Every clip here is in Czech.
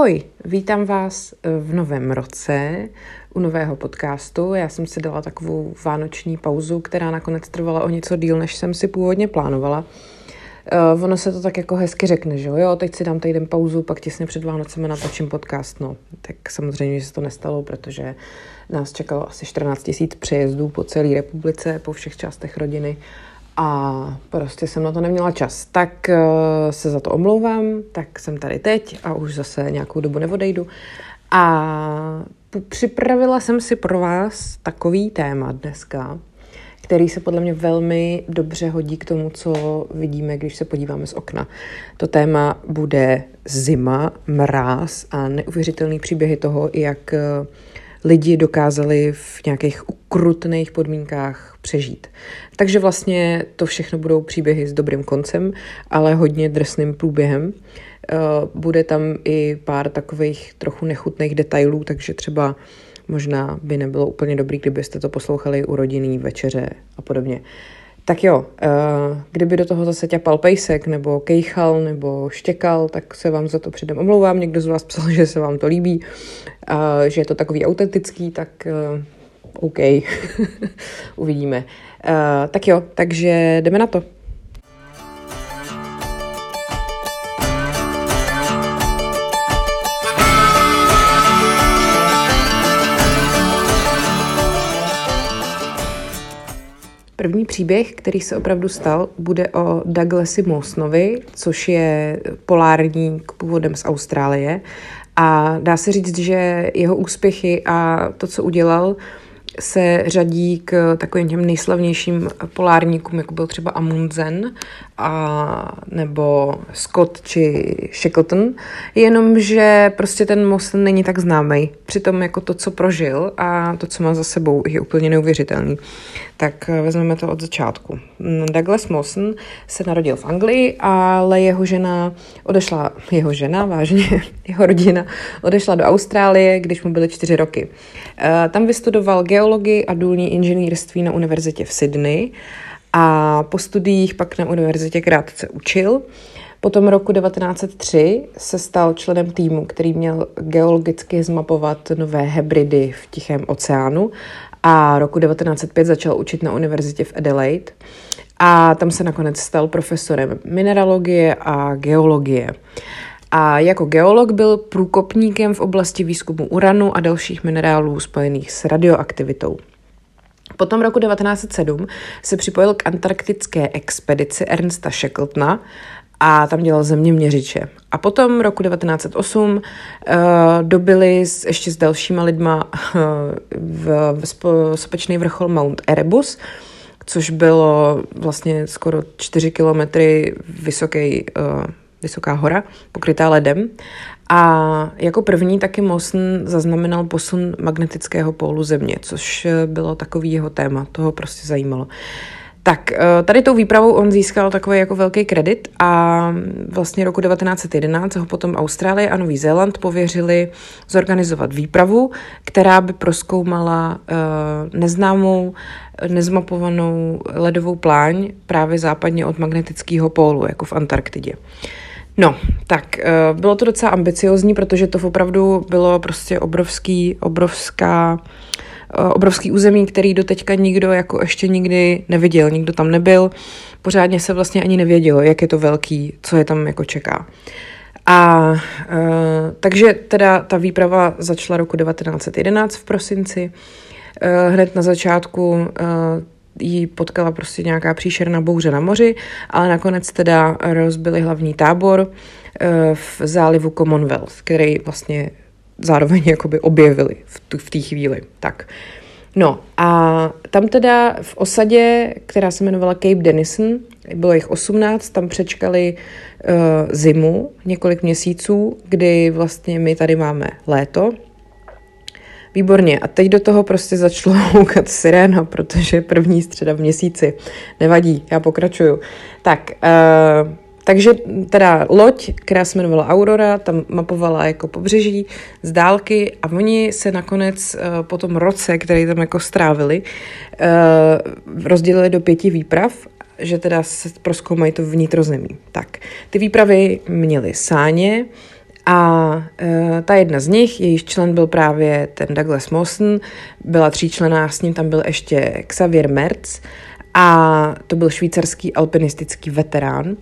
Ahoj, vítám vás v novém roce u nového podcastu. Já jsem si dala takovou vánoční pauzu, která nakonec trvala o něco díl, než jsem si původně plánovala. Ono se to tak jako hezky řekne, že jo, teď si dám týden pauzu, pak těsně před Vánocemi natočím podcast. No, tak samozřejmě, že se to nestalo, protože nás čekalo asi 14 000 přejezdů po celé republice, po všech částech rodiny. A prostě jsem na to neměla čas. Tak se za to omlouvám, tak jsem tady teď a už zase nějakou dobu neodejdu. A připravila jsem si pro vás takový téma dneska, který se podle mě velmi dobře hodí k tomu, co vidíme, když se podíváme z okna. To téma bude zima, mráz a neuvěřitelný příběhy toho, jak lidi dokázali v nějakých ukrutných podmínkách přežít. Takže vlastně to všechno budou příběhy s dobrým koncem, ale hodně drsným průběhem. Bude tam i pár takových trochu nechutných detailů, takže třeba možná by nebylo úplně dobrý, kdybyste to poslouchali u rodinný večeře a podobně. Tak jo, kdyby do toho zase ťapal pejsek, nebo kejchal, nebo štěkal, tak se vám za to předem omlouvám. Někdo z vás psal, že se vám to líbí, že je to takový autentický, tak OK, uvidíme. Tak jo, takže jdeme na to. První příběh, který se opravdu stal, bude o Douglasi Mawsonovi, což je polárník původem z Austrálie. A dá se říct, že jeho úspěchy a to, co udělal, se řadí k takovým těm nejslavnějším polárníkům, jako byl třeba Amundsen nebo Scott či Shackleton, jenomže prostě ten Mawson není tak známý. Přitom jako to, co prožil a to, co má za sebou, je úplně neuvěřitelný. Tak vezmeme to od začátku. Douglas Mawson se narodil v Anglii, ale jeho rodina odešla do Austrálie, když mu byly 4 roky. Tam vystudoval geologii a důlní inženýrství na univerzitě v Sydney a po studiích pak na univerzitě krátce učil. Potom roku 1903 se stal členem týmu, který měl geologicky zmapovat nové hybridy v Tichém oceánu a roku 1905 začal učit na univerzitě v Adelaide a tam se nakonec stal profesorem mineralogie a geologie. A jako geolog byl průkopníkem v oblasti výzkumu uranu a dalších minerálů spojených s radioaktivitou. Potom roku 1907 se připojil k antarktické expedici Ernsta Shackletona a tam dělal zeměměřiče. A potom roku 1908 dobili ještě s dalšíma lidma sopečný vrchol Mount Erebus, což bylo vlastně skoro 4 kilometry vysoká hora, pokrytá ledem. A jako první taky Mawson zaznamenal posun magnetického pólu Země, což bylo takový jeho téma, toho prostě zajímalo. Tak tady tou výpravou on získal takový jako velký kredit a vlastně roku 1911 ho potom Austrálie a Nový Zéland pověřili zorganizovat výpravu, která by prozkoumala neznámou, nezmapovanou ledovou pláň právě západně od magnetického pólu, jako v Antarktidě. No, tak bylo to docela ambiciozní, protože to opravdu bylo prostě obrovský území, který doteďka nikdo jako ještě nikdy neviděl, nikdo tam nebyl, pořádně se vlastně ani nevědělo, jak je to velký, co je tam jako čeká. A takže teda ta výprava začala roku 1911 v prosinci. Hned na začátku jí potkala prostě nějaká příšerná bouře na moři, ale nakonec teda rozbili hlavní tábor v zálivu Commonwealth, který vlastně zároveň jakoby objevili v té chvíli. Tak. No a tam teda v osadě, která se jmenovala Cape Denison, bylo jich 18, tam přečkali zimu několik měsíců, kdy vlastně my tady máme léto. Výborně. A teď do toho prostě začalo houkat siréna, protože první středa v měsíci. Nevadí, já pokračuju. Tak, takže teda loď, která se jmenovala Aurora, tam mapovala jako pobřeží z dálky a oni se nakonec po tom roce, který tam jako strávili, rozdělili do 5 výprav, že teda se prozkoumají to vnitrozemí. Tak, ty výpravy měly sáně A ta jedna z nich, jejíž člen byl právě ten Douglas Mawson, byla tříčlenná, s ním tam byl ještě Xavier Mertz a to byl švýcarský alpinistický veterán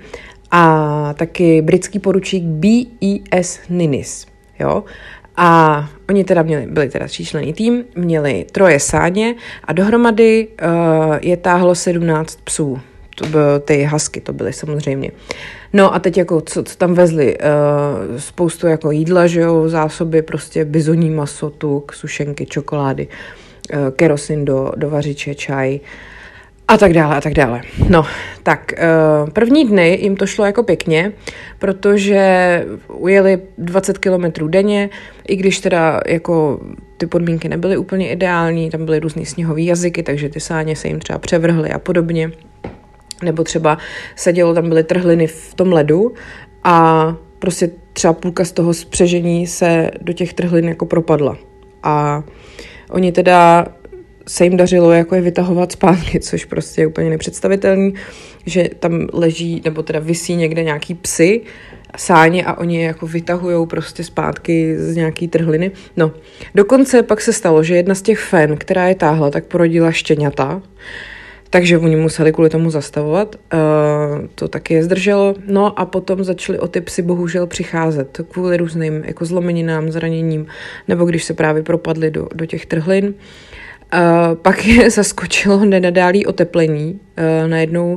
a taky britský poručík B.E.S. Ninnis. Jo? A oni teda byli teda tříčlenný tým, měli 3 sáně a dohromady je táhlo 17 psů. To byly ty husky, to byly samozřejmě. No a teď jako, co tam vezli? Spoustu jako jídla, že jo, zásoby, prostě bizoní maso, tuk, sušenky, čokolády, kerosin do vařiče, čaj a tak dále, a tak dále. No, tak první dny jim to šlo jako pěkně, protože ujeli 20 kilometrů denně, i když teda jako ty podmínky nebyly úplně ideální, tam byly různý sněhový jazyky, takže ty sáně se jim třeba převrhly a podobně. Nebo třeba tam byly trhliny v tom ledu a prostě třeba půlka z toho spřežení se do těch trhlin jako propadla. A oni teda se jim dařilo jako je vytahovat zpátky, což prostě je úplně nepředstavitelný, že tam leží, nebo teda visí někde nějaký psy, sáně a oni je jako vytahujou prostě zpátky z nějaký trhliny. No, dokonce pak se stalo, že jedna z těch fen, která je táhla, tak porodila štěňata, takže oni museli kvůli tomu zastavovat, to taky je zdrželo. No a potom začaly o ty psy bohužel přicházet kvůli různým jako zlomeninám, zraněním, nebo když se právě propadli do těch trhlin. Pak je zaskočilo nenadálý oteplení. Najednou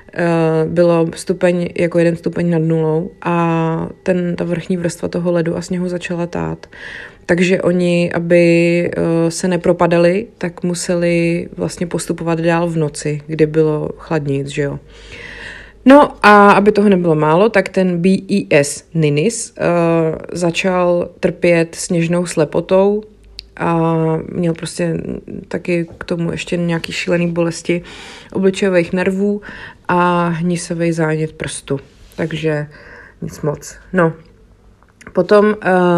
bylo jako 1 stupeň nad nulou a ta vrchní vrstva toho ledu a sněhu začala tát. Takže oni, aby se nepropadali, tak museli vlastně postupovat dál v noci, kdy bylo chladnějc, že jo. No a aby toho nebylo málo, tak ten B.E.S. Ninnis začal trpět sněžnou slepotou a měl prostě taky k tomu ještě nějaký šílený bolesti obličejových nervů a hnisavý zánět prstu. Takže nic moc. No. Potom,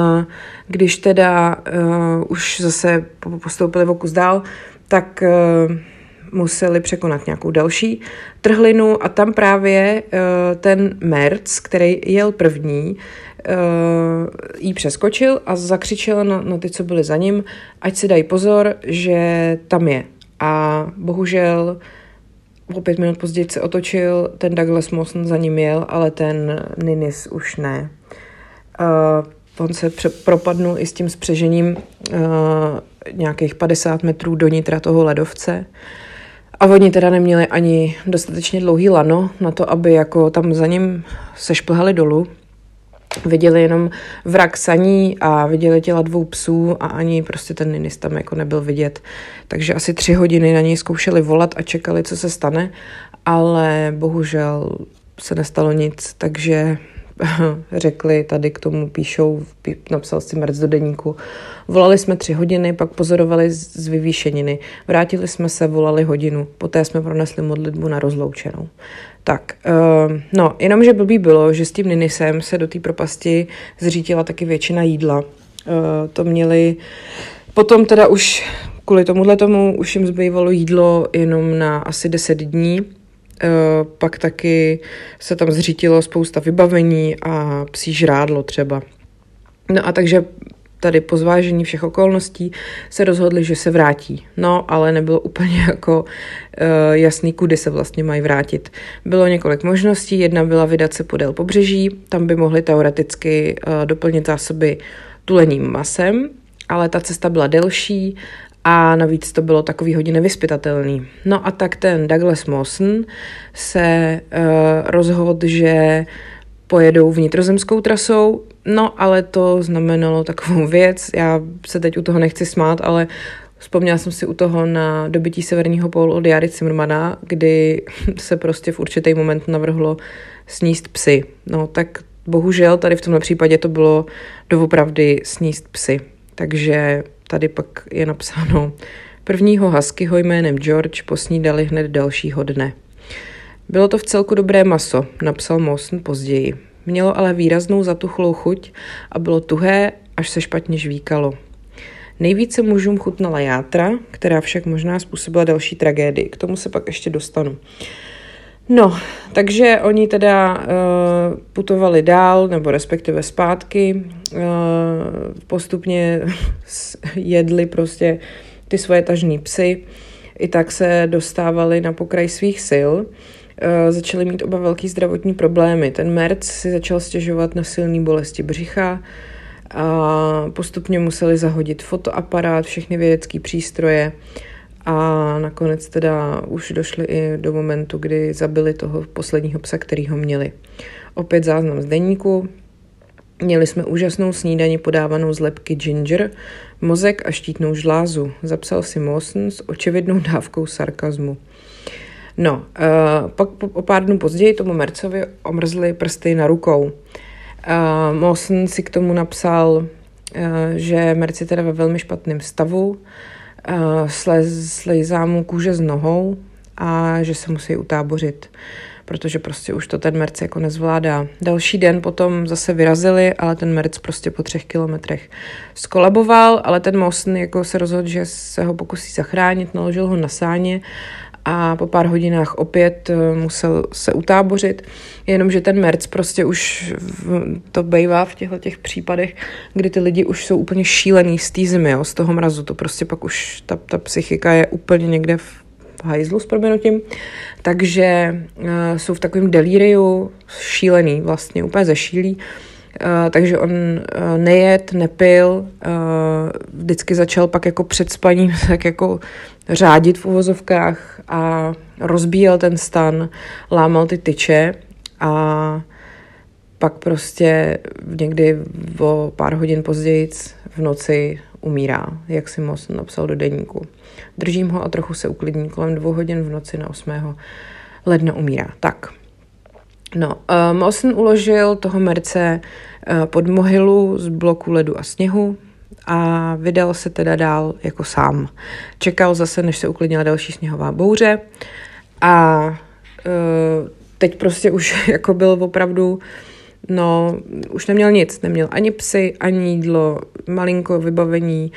když teda už zase postoupili o kus dál, tak museli překonat nějakou další trhlinu a tam právě ten Mertz, který jel první, jí přeskočil a zakřičel na ty, co byli za ním, ať si dají pozor, že tam je. A bohužel o 5 minut později se otočil, ten Douglas Mawson za ním jel, ale ten Ninnis už ne. On se propadnul i s tím spřežením nějakých 50 metrů do nitra toho ledovce. A oni teda neměli ani dostatečně dlouhý lano na to, aby jako tam za ním se šplhali dolů. Viděli jenom vrak saní a viděli těla 2 psů a ani prostě ten Ninnis tam jako nebyl vidět. Takže asi 3 hodiny na něj zkoušeli volat a čekali, co se stane, ale bohužel se nestalo nic, takže řekli, tady k tomu píšou, napsal si Mertz do deníku. Volali jsme 3 hodiny, pak pozorovali z vyvýšeniny. Vrátili jsme se, volali hodinu. Poté jsme pronesli modlitbu na rozloučenou. Tak, no, jenomže blbý bylo, že s tím Ninnisem se do té propasti zřítila taky většina jídla. To měli, potom teda už kvůli tomu už jim zbývalo jídlo jenom na asi 10 dní. Pak taky se tam zřítilo spousta vybavení a psí žrádlo třeba. No a takže tady po zvážení všech okolností se rozhodli, že se vrátí. No, ale nebylo úplně jako jasný, kudy se vlastně mají vrátit. Bylo několik možností, jedna byla vydat se podél pobřeží, tam by mohli teoreticky doplnit zásoby tulením masem, ale ta cesta byla delší a navíc to bylo takový hodně nevyzpytatelný. No a tak ten Douglas Mawson se rozhodl, že pojedou vnitrozemskou trasou, no ale to znamenalo takovou věc, já se teď u toho nechci smát, ale vzpomněla jsem si u toho na dobytí severního pólu od Járy Cimrmana, kdy se prostě v určitý moment navrhlo sníst psy. No tak bohužel tady v tomhle případě to bylo doopravdy sníst psy. Takže tady pak je napsáno: prvního huskyho jménem George posnídali hned dalšího dne. Bylo to vcelku dobré maso, napsal Mawson později. Mělo ale výraznou zatuchlou chuť a bylo tuhé, až se špatně žvíkalo. Nejvíce mužům chutnala játra, která však možná způsobila další tragédii. K tomu se pak ještě dostanu. No, takže oni teda putovali dál, nebo respektive zpátky, postupně jedli prostě ty svoje tažní psy, i tak se dostávali na pokraj svých sil, začali mít oba velký zdravotní problémy. Ten Merc si začal stěžovat na silné bolesti břicha a postupně museli zahodit fotoaparát, všechny vědecké přístroje a nakonec teda už došli i do momentu, kdy zabili toho posledního psa, který ho měli. Opět záznam z deníku. Měli jsme úžasnou snídani podávanou z lebky ginger, mozek a štítnou žlázu. Zapsal si Mawson s očividnou dávkou sarkazmu. No, pak o pár dnů později tomu Mercovi omrzly prsty na rukou. Mawson si k tomu napsal, že Merc je teda ve velmi špatném stavu, slejzá mu kůže z nohou a že se musí utábořit, protože prostě už to ten Merc jako nezvládá. Další den potom zase vyrazili, ale ten Merc prostě po 3 kilometrech skolaboval, ale ten Mawson jako se rozhodl, že se ho pokusí zachránit, naložil ho na sáně a po pár hodinách opět musel se utábořit, jenomže ten Merc prostě už to bývá v těchto případech, kdy ty lidi už jsou úplně šílený z té zimy, z toho mrazu, to prostě pak už ta psychika je úplně někde v hajzlu s proměnutím, takže jsou v takovém delíriu šílený, vlastně úplně zešílí, takže on nejet, nepil, vždycky začal pak jako před spaním tak jako řádit v uvozovkách a rozbíjel ten stan, lámal ty tyče a pak prostě někdy o pár hodin později v noci umírá, jak si Mawson napsal do deníku. Držím ho a trochu se uklidní, kolem 2 hodin v noci na 8. ledna umírá. Tak. No, Mawson uložil toho Merce pod mohylu z bloku ledu a sněhu a vydal se teda dál jako sám. Čekal zase, než se uklidnila další sněhová bouře a teď prostě už jako byl opravdu, no, už neměl nic, neměl ani psy, ani jídlo, malinko vybavení,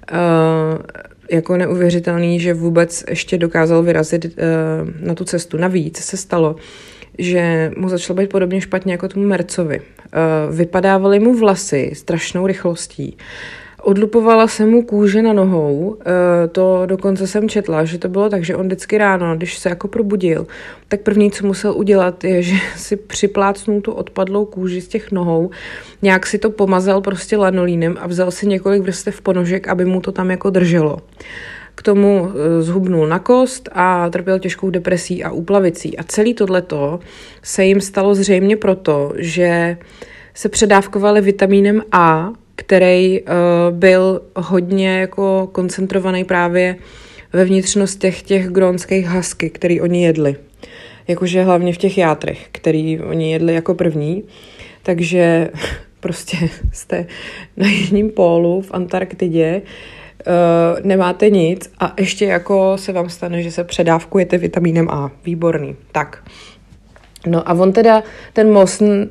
jako neuvěřitelný, že vůbec ještě dokázal vyrazit na tu cestu. Navíc se stalo, že mu začalo být podobně špatně jako tomu Mercovi. Vypadávaly mu vlasy strašnou rychlostí. Odlupovala se mu kůže na nohou, to dokonce jsem četla, že to bylo tak, že on vždycky ráno, když se jako probudil, tak první, co musel udělat, je, že si připlácnul tu odpadlou kůži z těch nohou, nějak si to pomazal prostě lanolínem a vzal si několik vrstev ponožek, aby mu to tam jako drželo. K tomu zhubnul na kost a trpěl těžkou depresí a úplavicí. A celý tohleto se jim stalo zřejmě proto, že se předávkovali vitamínem A, který byl hodně jako koncentrovaný právě ve vnitřnostech těch grónských husky, který oni jedli. Jakože hlavně v těch játrech, který oni jedli jako první. Takže prostě jste na jižním pólu v Antarktidě, nemáte nic a ještě jako se vám stane, že se předávkujete vitamínem A. Výborný. Tak. No a on teda, ten Mawson,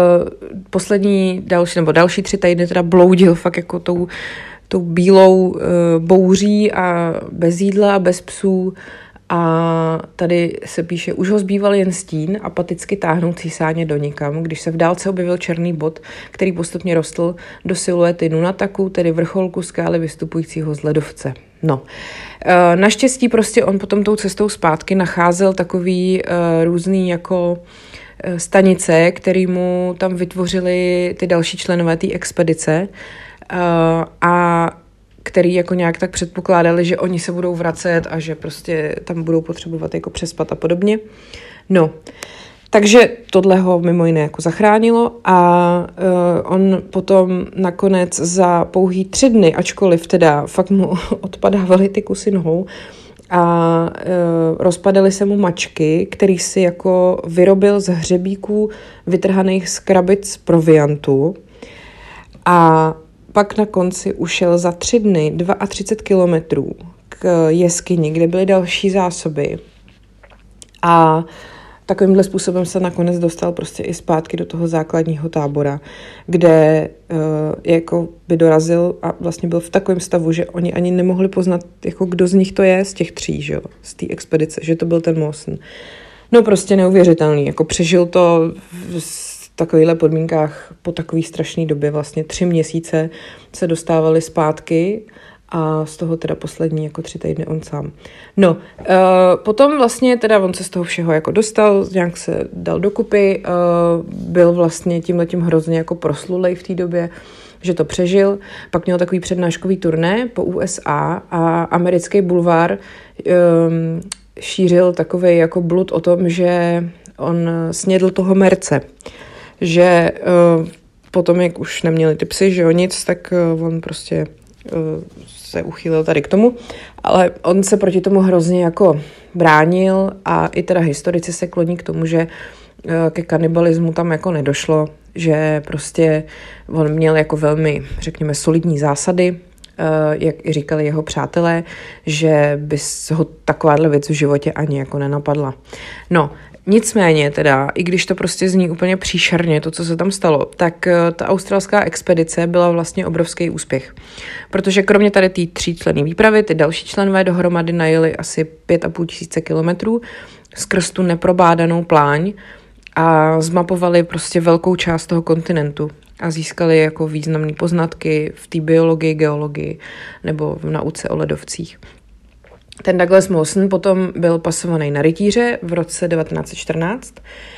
další 3 týdny teda bloudil fakt jako tou bílou bouří a bez jídla a bez psů a tady se píše, už ho zbýval jen stín, apaticky táhnoucí sáně do nikam, když se v dálce objevil černý bod, který postupně rostl do siluety Nunataku, tedy vrcholku skály vystupujícího z ledovce. No, naštěstí prostě on potom tou cestou zpátky nacházel takový různý jako stanice, který mu tam vytvořili ty další členové té expedice a který jako nějak tak předpokládali, že oni se budou vracet a že prostě tam budou potřebovat jako přespat a podobně. No, takže tohle ho mimo jiné jako zachránilo a on potom nakonec za pouhý 3 dny, ačkoliv teda fakt mu odpadávaly ty kusy nohou a rozpadaly se mu mačky, který si jako vyrobil z hřebíků vytrhaných z krabic proviantu a pak na konci ušel za 3 dny 32 kilometrů k jeskyni, kde byly další zásoby a takovýmhle způsobem se nakonec dostal prostě i zpátky do toho základního tábora, kde jako by dorazil a vlastně byl v takovém stavu, že oni ani nemohli poznat, jako kdo z nich to je, z těch 3, že jo, z té expedice, že to byl ten Mawson. No prostě neuvěřitelný, jako přežil to v takovýchhle podmínkách po takový strašný době, vlastně 3 měsíce se dostávali zpátky a z toho teda poslední jako 3 týdny on sám. No, potom vlastně teda on se z toho všeho jako dostal, nějak se dal dokupy, byl vlastně tímhletím hrozně jako proslulej v té době, že to přežil. Pak měl takový přednáškový turné po USA a americký bulvár šířil takovej jako blud o tom, že on snědl toho merce. Že potom, jak už neměli ty psy, že jo, nic, tak on prostě se uchýlil tady k tomu. Ale on se proti tomu hrozně jako bránil a i teda historici se kloní k tomu, že ke kanibalismu tam jako nedošlo, že prostě on měl jako velmi, řekněme, solidní zásady, jak i říkali jeho přátelé, že by ho takováhle věc v životě ani jako nenapadla. No, nicméně teda, i když to prostě zní úplně příšerně, to, co se tam stalo, tak ta australská expedice byla vlastně obrovský úspěch. Protože kromě tady té 3členné výpravy, ty další členové dohromady najeli asi 5500 kilometrů skrz tu neprobádanou pláň a zmapovali prostě velkou část toho kontinentu a získali jako významné poznatky v té biologii, geologii nebo v nauce o ledovcích. Ten Douglas Mawson potom byl pasovaný na rytíře v roce 1914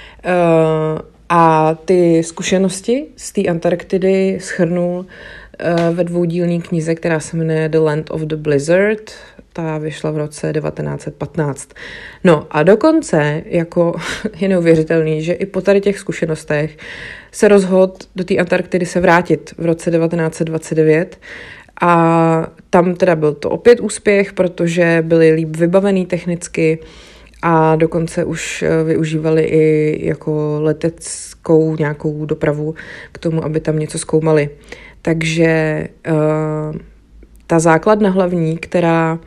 a ty zkušenosti z té Antarktidy shrnul ve 2dílní knize, která se jmenuje The Land of the Blizzard. Ta vyšla v roce 1915. No a dokonce jako je neuvěřitelný, že i po tady těch zkušenostech se rozhodl do té Antarktidy se vrátit v roce 1929 a tam teda byl to opět úspěch, protože byli líp vybavený technicky a dokonce už využívali i jako leteckou nějakou dopravu k tomu, aby tam něco zkoumali. Takže ta základna hlavní, která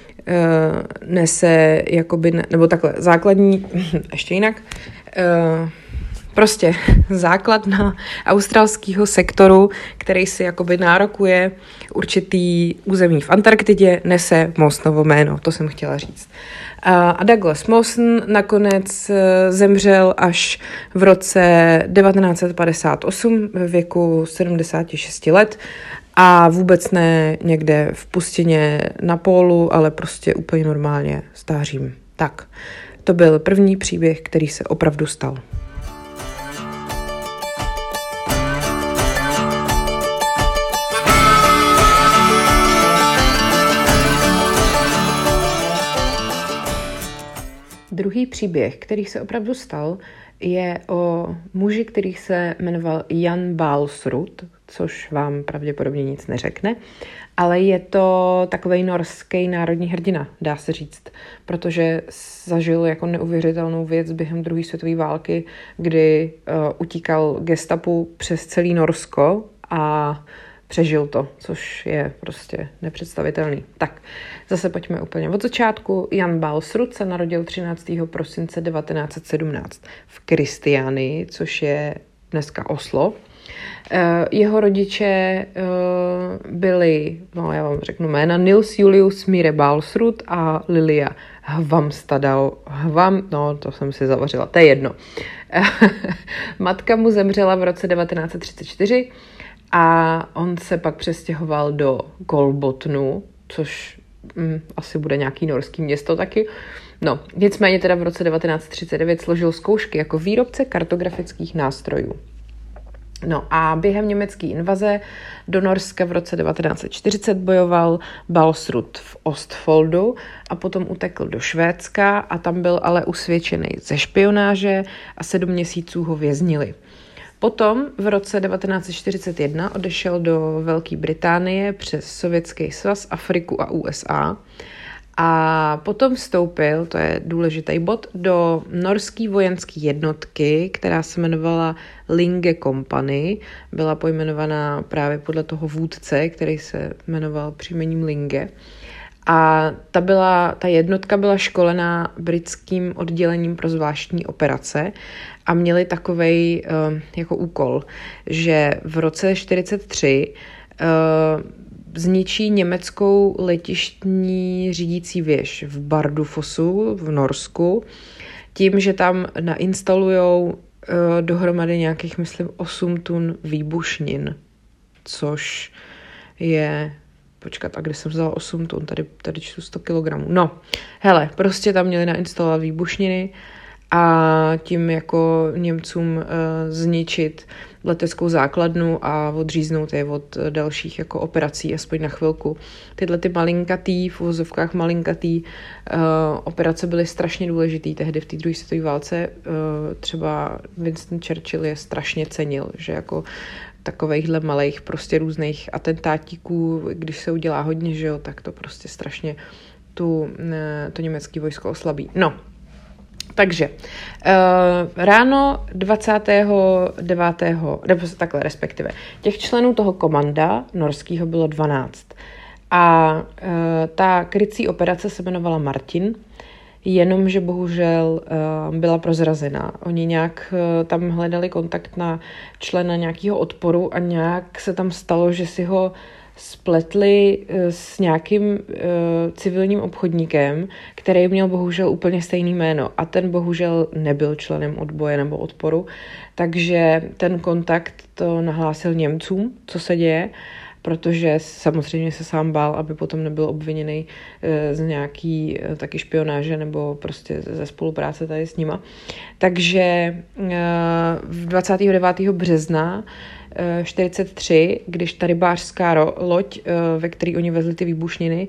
nese jakoby, nebo takhle, základní, ještě jinak, prostě základna australského sektoru, který si jakoby nárokuje určitý území v Antarktidě, nese Mawsonovo jméno, to jsem chtěla říct. A Douglas Mawson nakonec zemřel až v roce 1958 ve věku 76 let a vůbec ne někde v pustině na pólu, ale prostě úplně normálně stářím. Tak, to byl první příběh, který se opravdu stal. Druhý příběh, který se opravdu stal, je o muži, který se jmenoval Jan Balsrud, což vám pravděpodobně nic neřekne, ale je to takovej norský národní hrdina, dá se říct, protože zažil jako neuvěřitelnou věc během druhé světové války, kdy utíkal gestapu přes celý Norsko a přežil to, což je prostě nepředstavitelný. Tak, zase pojďme úplně od začátku. Jan Balsrud se narodil 13. prosince 1917 v Kristiánii, což je dneska Oslo. Jeho rodiče byli, no já vám řeknu jména, Nils Julius Mire Balsrud a Lilia Hvamstadal. No to jsem si zavařila, to je jedno. Matka mu zemřela v roce 1934 a on se pak přestěhoval do Kolbotnu, což asi bude nějaký norský město taky. No, nicméně teda v roce 1939 složil zkoušky jako výrobce kartografických nástrojů. No a během německé invaze do Norska v roce 1940 bojoval Balsrud v Ostfoldu a potom utekl do Švédska a tam byl ale usvědčený ze špionáže a 7 měsíců ho věznili. Potom v roce 1941 odešel do Velké Británie přes Sovětský svaz, Afriku a USA a potom vstoupil, to je důležitý bod, do norské vojenské jednotky, která se jmenovala Linge Company. Byla pojmenovaná právě podle toho vůdce, který se jmenoval příjmením Linge. A ta jednotka byla školená britským oddělením pro zvláštní operace a měli takovej jako úkol, že v roce 1943 zničí německou letištní řídící věž v Bardufossu v Norsku, tím, že tam nainstalujou dohromady nějakých, myslím, 8 tun výbušnin, což je... Počkat, a kde jsem vzala 8 tun? Tady čtu 100 kilogramů. No, hele, prostě tam měli nainstalovat výbušniny a tím jako Němcům zničit leteckou základnu a odříznout je od dalších jako operací, aspoň na chvilku. Tyhle ty malinkatý, v uvozovkách malinkatý operace byly strašně důležitý tehdy v té druhé světové válce. Třeba Winston Churchill je strašně cenil, že jako takovejhle malých prostě různých atentátíků, když se udělá hodně, že jo, tak to prostě strašně to německé vojsko oslabí. No, takže ráno 29. nebo takhle respektive, těch členů toho komanda norského bylo 12. A ta krycí operace se jmenovala Martin, jenomže bohužel byla prozrazena. Oni nějak tam hledali kontakt na člena nějakého odporu a nějak se tam stalo, že si ho spletli s nějakým civilním obchodníkem, který měl bohužel úplně stejný jméno a ten bohužel nebyl členem odboje nebo odporu, takže ten kontakt to nahlásil Němcům, co se děje, protože samozřejmě se sám bál, aby potom nebyl obviněný z nějaký taky špionáže nebo prostě ze spolupráce tady s nima. Takže 29. března 43, když ta rybářská loď, ve které oni vezli ty výbušniny,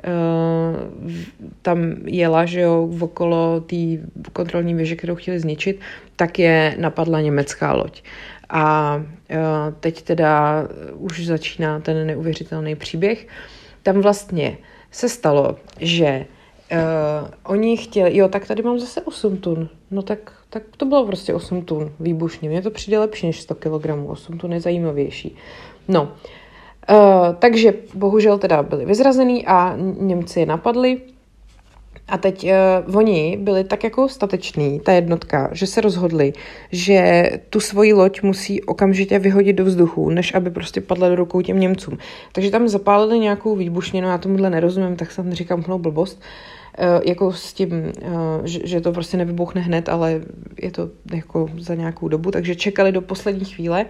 tam jela, že jo, okolo té kontrolní věže, kterou chtěli zničit, tak je napadla německá loď. A teď teda už začíná ten neuvěřitelný příběh. Tam vlastně se stalo, že oni chtěli, jo, tak tady mám zase 8 tun, no tak to bylo prostě 8 tun výbušně, mně to přijde lepší než 100 kg, 8 tun je zajímavější. No, takže bohužel teda byli vyzrazený a Němci je napadli. A teď oni byli tak jako stateční, ta jednotka, že se rozhodli, že tu svoji loď musí okamžitě vyhodit do vzduchu, než aby prostě padla do rukou těm Němcům. Takže tam zapálili nějakou výbušninu, já tomuhle nerozumím, tak jsem říkám úplnou blbost, jako s tím, že to prostě nevybuchne hned, ale je to jako za nějakou dobu, takže čekali do poslední chvíle,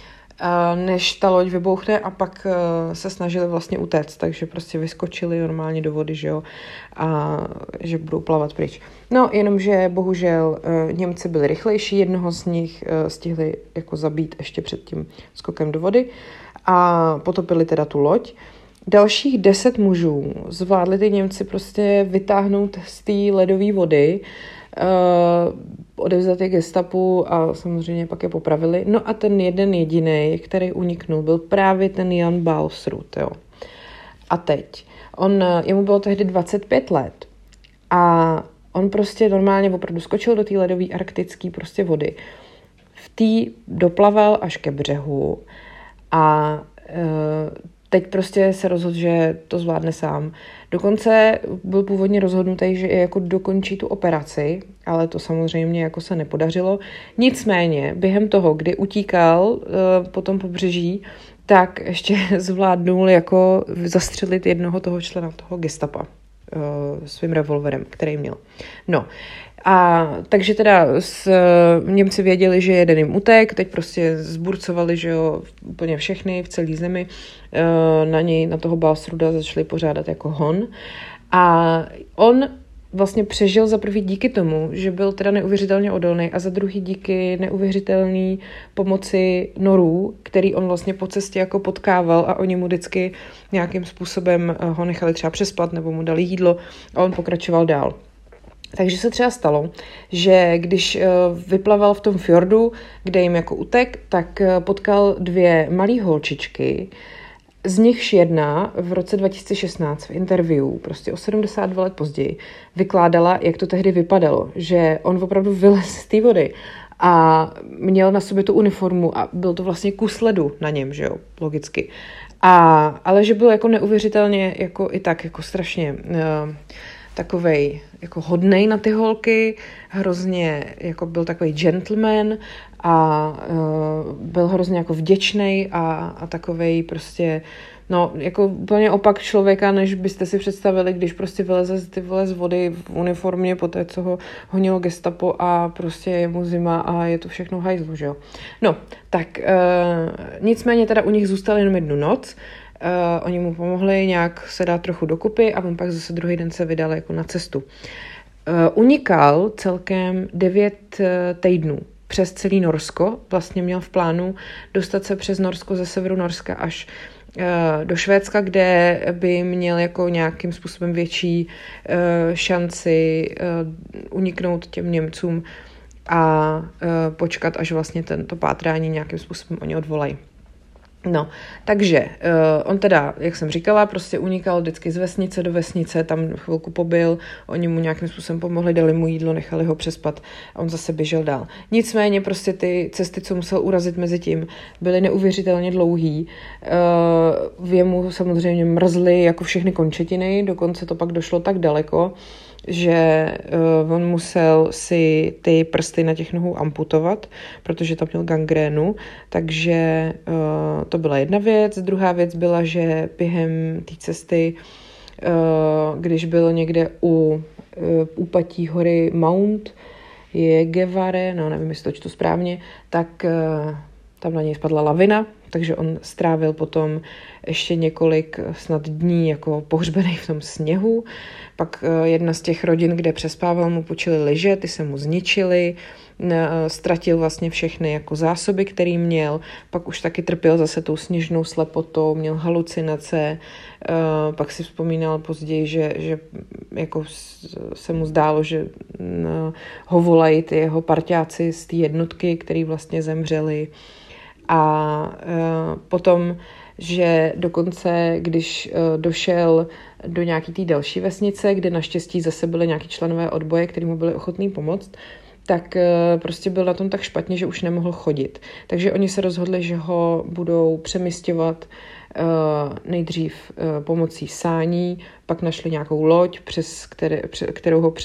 než ta loď vybouchne a pak se snažili vlastně utéct, takže prostě vyskočili normálně do vody, že jo, a že budou plavat pryč. No, jenomže bohužel Němci byli rychlejší, jednoho z nich stihli jako zabít ještě před tím skokem do vody a potopili teda tu loď. Dalších 10 mužů zvládli ty Němci prostě vytáhnout z té ledové vody, odevzat je gestapu a samozřejmě pak je popravili. No a ten jeden jediný, který uniknul, byl právě ten Jan Balsrud, jo. A teď, jemu bylo tehdy 25 let a on prostě normálně opravdu skočil do té ledové arktické prostě vody. V té doplaval až ke břehu a teď prostě se rozhodl, že to zvládne sám. Dokonce byl původně rozhodnutý, že jako dokončí tu operaci, ale to samozřejmě jako se nepodařilo. Nicméně během toho, kdy utíkal po tom pobřeží, tak ještě zvládnul jako zastřelit jednoho toho člena toho gestapa svým revolverem, který měl. No, a takže teda Němci věděli, že jeden jim utek, teď prostě zburcovali, že jo, úplně všechny v celé zemi, na toho Balsruda začali pořádat jako hon a on vlastně přežil za prvý díky tomu, že byl teda neuvěřitelně odolný a za druhý díky neuvěřitelné pomoci Norů, který on vlastně po cestě jako potkával a oni mu vždycky nějakým způsobem ho nechali třeba přespat nebo mu dali jídlo a on pokračoval dál. Takže se třeba stalo, že když vyplaval v tom fjordu, kde jim jako utek, tak potkal 2 malé holčičky, z nichž jedna v roce 2016 v interview, prostě o 72 let později, vykládala, jak to tehdy vypadalo, že on opravdu vylez z té vody a měl na sobě tu uniformu a byl to vlastně kus ledu na něm, že jo, logicky. Ale že byl jako neuvěřitelně, jako i tak, jako strašně takovej jako hodnej na ty holky, hrozně jako byl takovej gentleman a byl hrozně jako vděčnej a takovej prostě, no jako úplně opak člověka, než byste si představili, když prostě vyleze ty vole z vody v uniformě po té, co ho honilo gestapo a prostě je mu zima a je to všechno hajzlu, že jo. No, tak nicméně teda u nich zůstal jenom 1 noc. Oni mu pomohli nějak se dát trochu dokupy a on pak zase druhý den se vydal jako na cestu. Unikal celkem 9 týdnů přes celý Norsko. Vlastně měl v plánu dostat se přes Norsko ze severu Norska až do Švédska, kde by měl jako nějakým způsobem větší šanci uniknout těm Němcům a počkat, až vlastně to pátrání nějakým způsobem oni odvolají. No, takže on teda, jak jsem říkala, prostě unikal vždycky z vesnice do vesnice, tam chvilku pobyl, oni mu nějakým způsobem pomohli, dali mu jídlo, nechali ho přespat a on zase běžel dál. Nicméně prostě ty cesty, co musel urazit mezi tím, byly neuvěřitelně dlouhý. V jemu samozřejmě mrzly jako všechny končetiny, dokonce to pak došlo tak daleko, že on musel si ty prsty na těch nohou amputovat, protože tam měl gangrénu, takže to byla jedna věc. Druhá věc byla, že během té cesty, když byl někde u úpatí hory Mount Jegevare, no nevím, jestli to čtu správně, tak tam na něj spadla lavina, takže on strávil potom ještě několik snad dní jako pohřbený v tom sněhu. Pak jedna z těch rodin, kde přespával, mu půjčili lyže, ty se mu zničily, ztratil vlastně všechny jako zásoby, který měl, pak už taky trpěl zase tou sněžnou slepotou, měl halucinace, pak si vzpomínal později, že jako se mu zdálo, že ho volají ty jeho parťáci z té jednotky, který vlastně zemřeli. A potom, že dokonce, když došel do nějaký té další vesnice, kde naštěstí zase byly nějaký členové odboje, kteří mu byli ochotní pomoct, tak prostě byl na tom tak špatně, že už nemohl chodit. Takže oni se rozhodli, že ho budou přemisťovat nejdřív pomocí sání, pak našli nějakou loď, kterou ho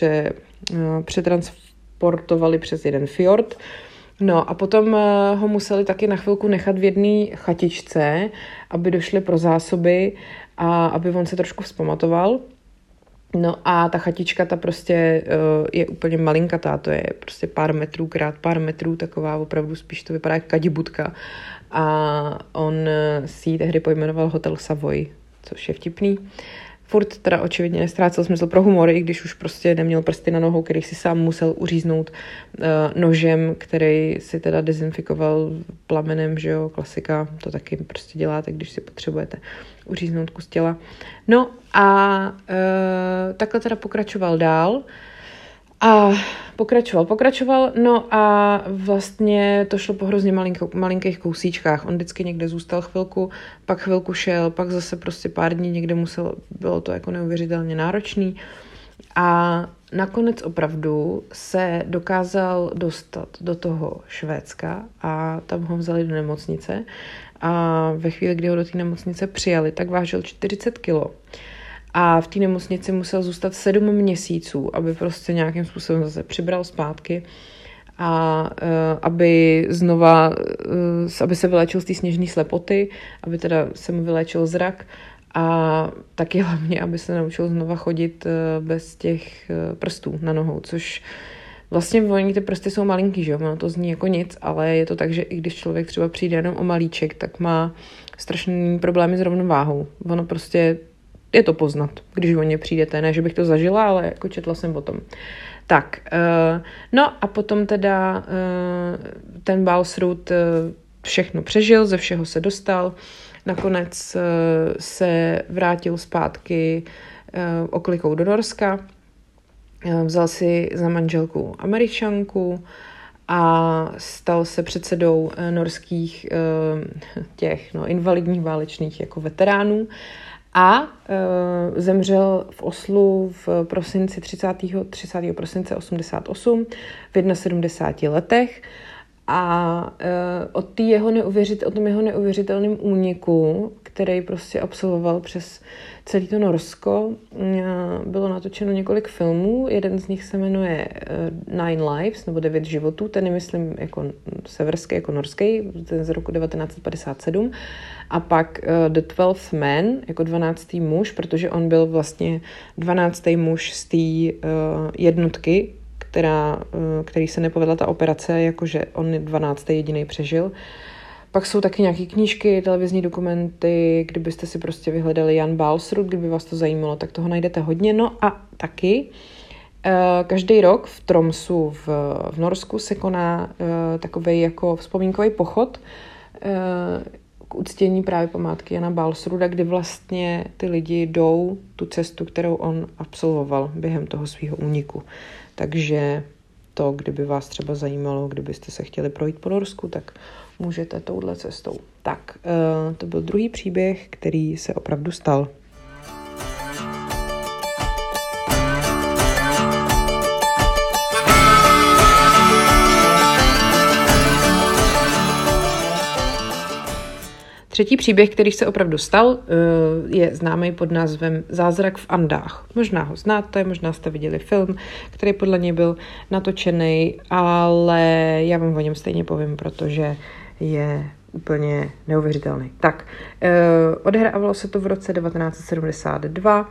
přetransportovali přes jeden fjord. No a potom ho museli taky na chvilku nechat v jedné chatičce, aby došli pro zásoby a aby on se trošku vzpamatoval. No a ta chatička, ta prostě je úplně malinkatá, to je prostě pár metrů krát pár metrů, taková opravdu spíš to vypadá jako kadibudka. A on si ji tehdy pojmenoval Hotel Savoy, což je vtipný. Furt teda očividně nestrácel smysl pro humor, i když už prostě neměl prsty na nohou, který si sám musel uříznout nožem, který si teda dezinfikoval plamenem, že jo, klasika, to taky prostě děláte, když si potřebujete uříznout kus těla. No a takhle teda pokračoval dál a pokračoval, no a vlastně to šlo po hrozně malinkých kousíčkách. On vždycky někde zůstal chvilku, pak chvilku šel, pak zase prostě pár dní někde musel, bylo to jako neuvěřitelně náročný a nakonec opravdu se dokázal dostat do toho Švédska a tam ho vzali do nemocnice a ve chvíli, kdy ho do té nemocnice přijali, tak vážil 40 kilo. A v té nemocnici musel zůstat 7 měsíců, aby prostě nějakým způsobem zase přibral zpátky a aby se vylečil z té sněžné slepoty, aby teda se mu vylečil zrak a taky hlavně, aby se naučil znova chodit bez těch prstů na nohou, což vlastně oni ty prsty jsou malinký, že jo, ono to zní jako nic, ale je to tak, že i když člověk třeba přijde jenom o malíček, tak má strašný problémy s rovnováhou. Ono prostě je to poznat, když o ně přijdete. Ne, že bych to zažila, ale jako četla jsem o tom. Tak, no a potom teda ten Balsrud všechno přežil, ze všeho se dostal. Nakonec se vrátil zpátky oklikou do Norska. Vzal si za manželku Američanku a stal se předsedou norských invalidních válečných jako veteránů. A zemřel v Oslu v prosinci 30. prosince 88 v 71 letech a o tom jeho neuvěřitelném úniku, který prostě absolvoval přes celé to Norsko. Bylo natočeno několik filmů, jeden z nich se jmenuje Nine Lives, nebo 9 životů, ten je, myslím, jako severský, jako norský, ten z roku 1957. A pak The 12th Man, jako 12. muž, protože on byl vlastně 12. muž z té jednotky, který se nepovedla ta operace, jakože on 12. jediný přežil. Pak jsou taky nějaké knížky, televizní dokumenty, kdybyste si prostě vyhledali Jan Balsrud, kdyby vás to zajímalo, tak toho najdete hodně. No a taky každý rok v Tromsu v Norsku se koná takovej jako vzpomínkový pochod k uctění právě památky Jana Balsruda, kdy vlastně ty lidi jdou tu cestu, kterou on absolvoval během toho svého úniku. Takže to, kdyby vás třeba zajímalo, kdybyste se chtěli projít po Norsku, tak můžete touhle cestou. Tak, to byl druhý příběh, který se opravdu stal. Třetí příběh, který se opravdu stal, je známý pod názvem Zázrak v Andách. Možná ho znáte, možná jste viděli film, který podle něj byl natočený, ale já vám o něm stejně povím, protože je úplně neuvěřitelný. Tak, odehrávalo se to v roce 1972.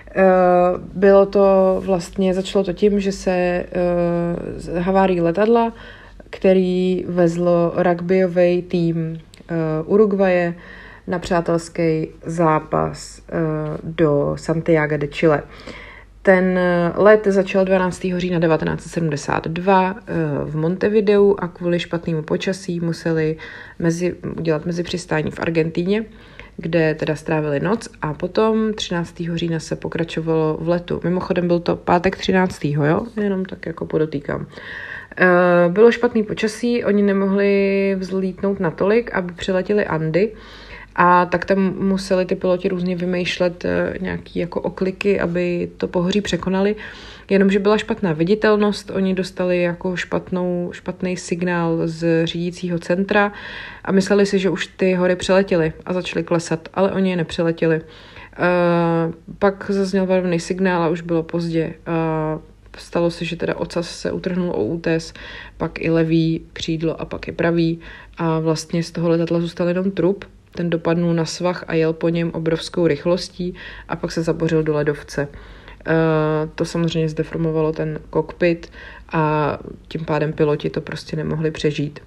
Bylo to vlastně, začalo to tím, že se havárií letadla, který vezlo rugbyový tým Uruguaye na přátelský zápas do Santiago de Chile. Ten let začal 12. října 1972 v Montevideu a kvůli špatnému počasí museli udělat mezipřistání v Argentíně, kde teda strávili noc a potom 13. října se pokračovalo v letu. Mimochodem byl to pátek 13. jo? Jenom tak jako podotýkám. Bylo špatný počasí, oni nemohli vzlítnout natolik, aby přiletěli Andy a tak tam museli ty piloti různě vymýšlet nějaký jako okliky, aby to pohoří překonali, jenomže byla špatná viditelnost, oni dostali jako špatný signál z řídícího centra a mysleli si, že už ty hory přeletěly a začaly klesat, ale oni je nepřeletěli. Pak zazněl varovný signál a už bylo pozdě. Stalo se, že teda ocas se utrhnul o útes, pak i levý křídlo a pak i pravý a vlastně z toho letadla zůstal jenom trup. Ten dopadnul na svah a jel po něm obrovskou rychlostí a pak se zabořil do ledovce. To samozřejmě zdeformovalo ten kokpit a tím pádem piloti to prostě nemohli přežít.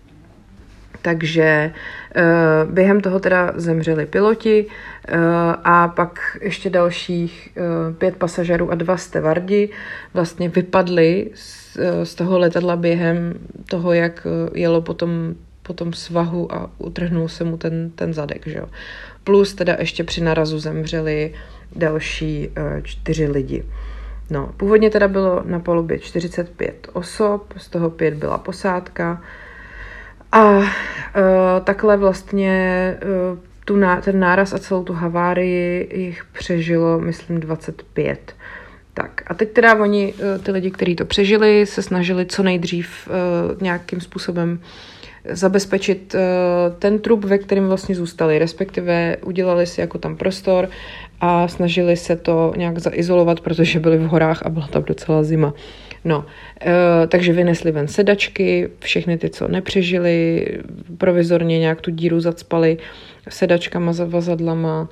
Takže během toho teda zemřeli piloti a pak ještě dalších 5 pasažerů a 2 stevardi vlastně vypadli z toho letadla během toho, jak jelo po tom svahu a utrhnul se mu ten zadek. Že jo. Plus teda ještě při narazu zemřeli další 4 lidi. No, původně teda bylo na palubě 45 osob, z toho 5 byla posádka. A takhle vlastně ten náraz a celou tu havárii jich přežilo, myslím, 25. Tak a teď teda oni, ty lidi, kteří to přežili, se snažili co nejdřív nějakým způsobem zabezpečit ten trup, ve kterém vlastně zůstali, respektive udělali si jako tam prostor a snažili se to nějak zaizolovat, protože byli v horách a byla tam docela zima. No, takže vynesli ven sedačky, všechny ty, co nepřežili, provizorně nějak tu díru zacpali sedačkama, vazadlama.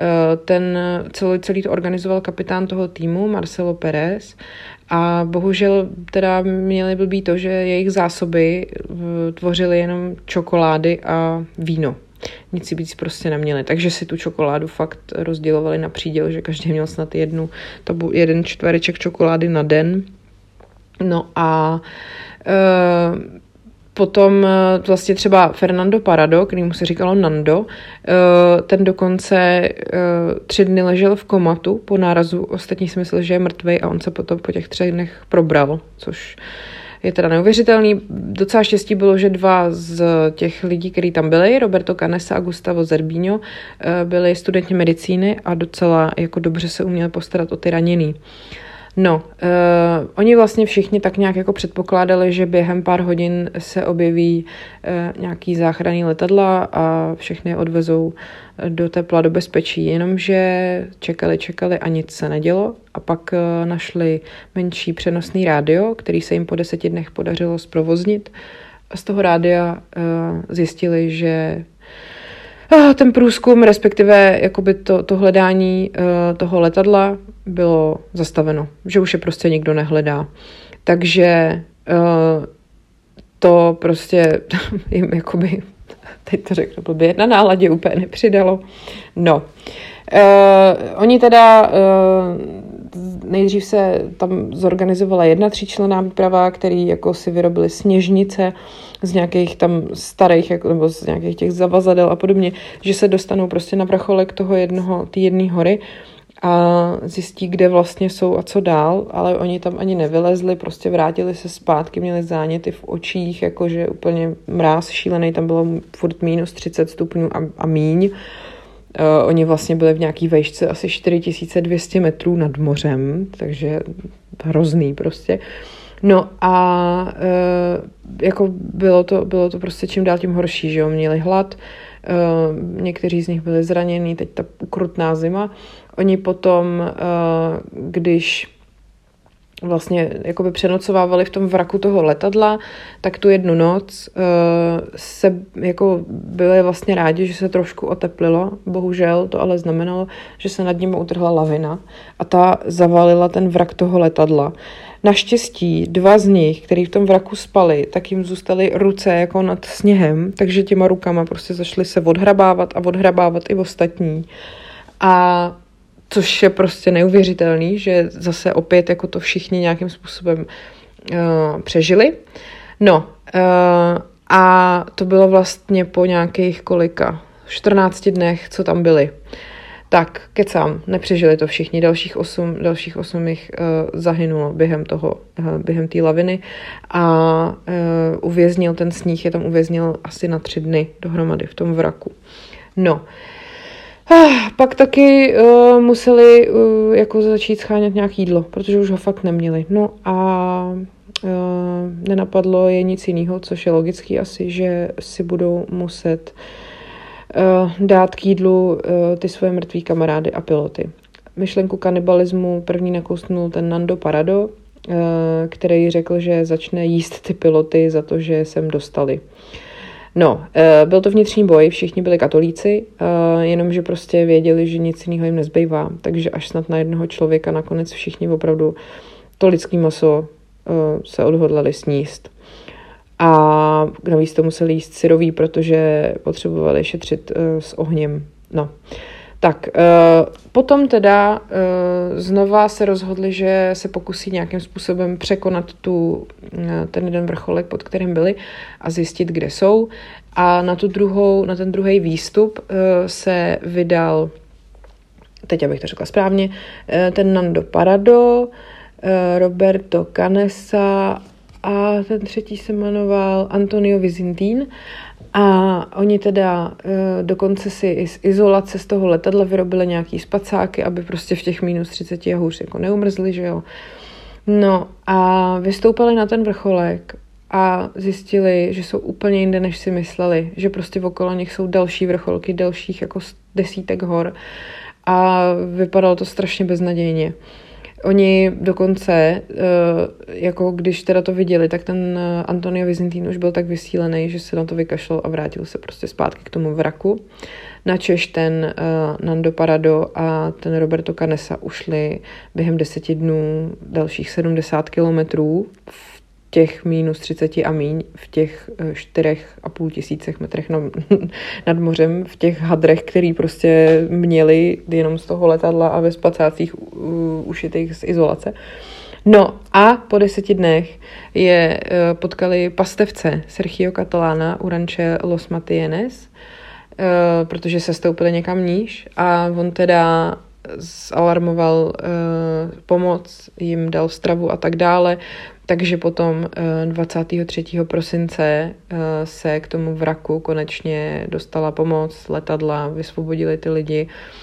Celý to organizoval kapitán toho týmu, Marcelo Pérez, a bohužel teda měli blbý to, že jejich zásoby tvořily jenom čokolády a víno. Nic si víc prostě neměli, takže si tu čokoládu fakt rozdělovali na příděl, že každý měl snad jeden čtvereček čokolády na den. No a potom vlastně třeba Fernando Parrado, kterýmu se říkalo Nando, ten dokonce 3 dny ležel v komatu po nárazu, ostatní si mysleli, že je mrtvej a on se potom po těch 3 dnech probral, což je teda neuvěřitelný. Docela štěstí bylo, že 2 z těch lidí, kteří tam byli, Roberto Canessa a Gustavo Zerbino, byli studenti medicíny a docela jako dobře se uměli postarat o ty raněný. No, oni vlastně všichni tak nějak jako předpokládali, že během pár hodin se objeví nějaký záchranný letadla a všechny je odvezou do tepla, do bezpečí, jenomže čekali a nic se nedělo a pak našli menší přenosný rádio, který se jim po 10 dnech podařilo zprovoznit a z toho rádia zjistili, že ten průzkum, respektive jakoby to hledání toho letadla bylo zastaveno, že už je prostě nikdo nehledá. Takže to prostě jim jakoby, teď to řeknu blbě, na náladě úplně nepřidalo. No, oni teda nejdřív se tam zorganizovala jedna 3členná výprava, který jako si vyrobili sněžnice z nějakých tam starých, jako, nebo z nějakých těch zavazadel a podobně, že se dostanou prostě na vrcholek té jedné hory a zjistí, kde vlastně jsou a co dál, ale oni tam ani nevylezli, prostě vrátili se zpátky, měli záněty v očích, jakože úplně mráz šílený, tam bylo furt minus 30 stupňů a míň. Oni vlastně byli v nějaký vejšce asi 4200 metrů nad mořem, takže hrozný prostě. No a jako bylo to prostě čím dál tím horší, že jo, měli hlad, někteří z nich byli zranění, teď ta ukrutná zima. Oni potom, když vlastně jakoby přenocovávali v tom vraku toho letadla, tak tu jednu noc se jako byli vlastně rádi, že se trošku oteplilo. Bohužel to ale znamenalo, že se nad nimi utrhla lavina a ta zavalila ten vrak toho letadla. Naštěstí 2 z nich, kteří v tom vraku spali, tak jim zůstaly ruce jako nad sněhem, takže těma rukama prostě zašli se odhrabávat i ostatní. A což je prostě neuvěřitelný, že zase opět jako to všichni nějakým způsobem přežili. No a to bylo vlastně po nějakých 14 dnech, co tam byli. Tak, kecám, nepřežili to všichni, dalších 8 jich zahynulo během té laviny a uvěznil ten sníh, je tam uvěznil asi na 3 dny dohromady v tom vraku. No, pak taky museli jako začít schánět nějaké jídlo, protože už ho fakt neměli. No a nenapadlo je nic jiného, což je logický asi, že si budou muset dát k jídlu ty svoje mrtví kamarády a piloty. Myšlenku kanibalismu první nakousnul ten Nando Parado, který řekl, že začne jíst ty piloty za to, že sem dostali. No, byl to vnitřní boj, všichni byli katolíci, jenomže prostě věděli, že nic jiného jim nezbývá, takže až snad na jednoho člověka nakonec všichni opravdu to lidský maso se odhodlali sníst. A navíc to museli jíst syrový, protože potřebovali šetřit s ohněm. No, tak potom teda znova se rozhodli, že se pokusí nějakým způsobem překonat ten jeden vrcholek, pod kterým byli a zjistit, kde jsou. A na ten druhý výstup se vydal, teď abych to řekla správně, ten Nando Parado, Roberto Canessa a ten třetí se jmenoval Antonio Vizintín. A oni teda dokonce si z izolace z toho letadla vyrobili nějaký spacáky, aby prostě v těch minus 30 a hůř jako neumrzli, že jo. No a vystoupali na ten vrcholek a zjistili, že jsou úplně jinde, než si mysleli, že prostě okolo nich jsou další vrcholky, dalších jako desítek hor a vypadalo to strašně beznadějně. Oni dokonce, jako když teda to viděli, tak ten Antonio Vizintín už byl tak vysílený, že se na to vykašlal a vrátil se prostě zpátky k tomu vraku. Načež ten Nando Parado a ten Roberto Canessa ušli během 10 dnů dalších 70 kilometrů v těch minus 30 a míň, v těch 4,5 tisícech metrech nad mořem, v těch hadrech, který prostě měli jenom z toho letadla a ve spacácích ušitých z izolace. No a po 10 dnech je potkali pastevce Sergio Catalana u ranče Los Matienes, protože se stoupili někam níž a on teda zalarmoval pomoc, jim dal stravu a tak dále, takže potom 23. prosince se k tomu vraku konečně dostala pomoc, letadla, vysvobodili ty lidi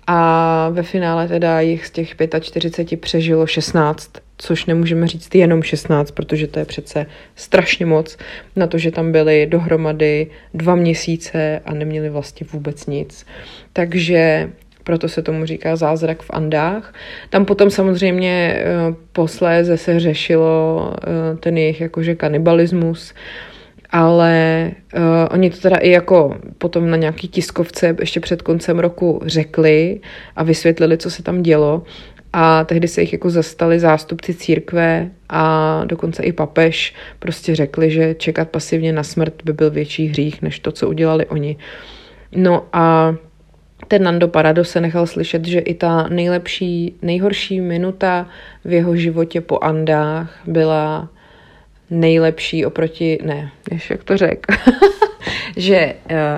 a ve finále teda jich z těch 45 přežilo 16, což nemůžeme říct jenom 16, protože to je přece strašně moc na to, že tam byli dohromady 2 měsíce a neměli vlastně vůbec nic. Takže proto se tomu říká zázrak v Andách. Tam potom samozřejmě posléze se řešilo ten jejich jakože kanibalismus, ale oni to teda i jako potom na nějaký tiskovce ještě před koncem roku řekli a vysvětlili, co se tam dělo. A tehdy se jich jako zastali zástupci církve a dokonce i papež prostě řekli, že čekat pasivně na smrt by byl větší hřích, než to, co udělali oni. No a ten Nando Parrado se nechal slyšet, že i ta nejhorší minuta v jeho životě po Andách byla nejlepší oproti, jak to řek, že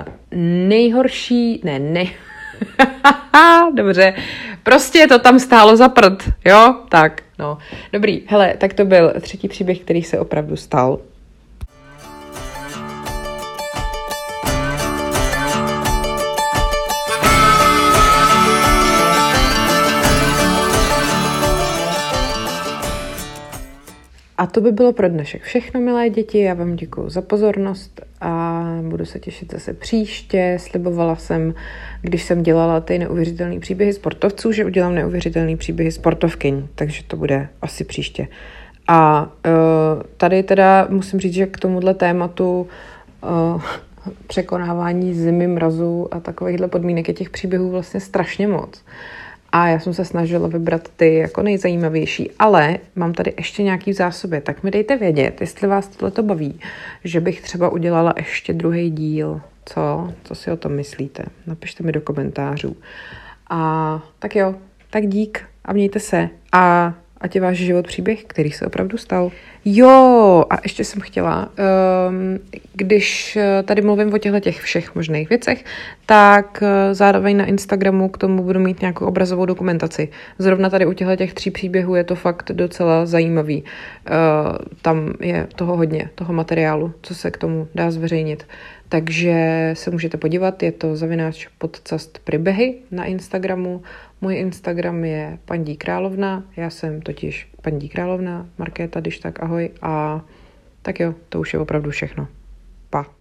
dobře, prostě to tam stálo za prd, jo, tak, no, dobrý, hele, tak to byl 3. příběh, který se opravdu stal. A to by bylo pro dnešek všechno, milé děti. Já vám děkuji za pozornost a budu se těšit zase příště. Slibovala jsem, když jsem dělala ty neuvěřitelné příběhy sportovců, že udělám neuvěřitelné příběhy sportovkyň, takže to bude asi příště. A tady teda musím říct, že k tomuhle tématu překonávání zimy, mrazu a takovýchhle podmínek je těch příběhů vlastně strašně moc. A já jsem se snažila vybrat ty jako nejzajímavější, ale mám tady ještě nějaký v zásobě, tak mi dejte vědět, jestli vás tohleto baví, že bych třeba udělala ještě druhý díl. Co si o tom myslíte? Napište mi do komentářů. A tak jo, tak dík a mějte se a ať je váš život příběh, který se opravdu stal. Jo, a ještě jsem chtěla, když tady mluvím o těchto všech možných věcech, tak zároveň na Instagramu k tomu budu mít nějakou obrazovou dokumentaci. Zrovna tady u těchto 3 příběhů je to fakt docela zajímavý. Tam je toho hodně, toho materiálu, co se k tomu dá zveřejnit. Takže se můžete podívat, je to _podcastpribehy na Instagramu. Můj Instagram je Pandí Královna, já jsem totiž Pandí Královna, Markéta, když tak ahoj a tak jo, to už je opravdu všechno. Pa.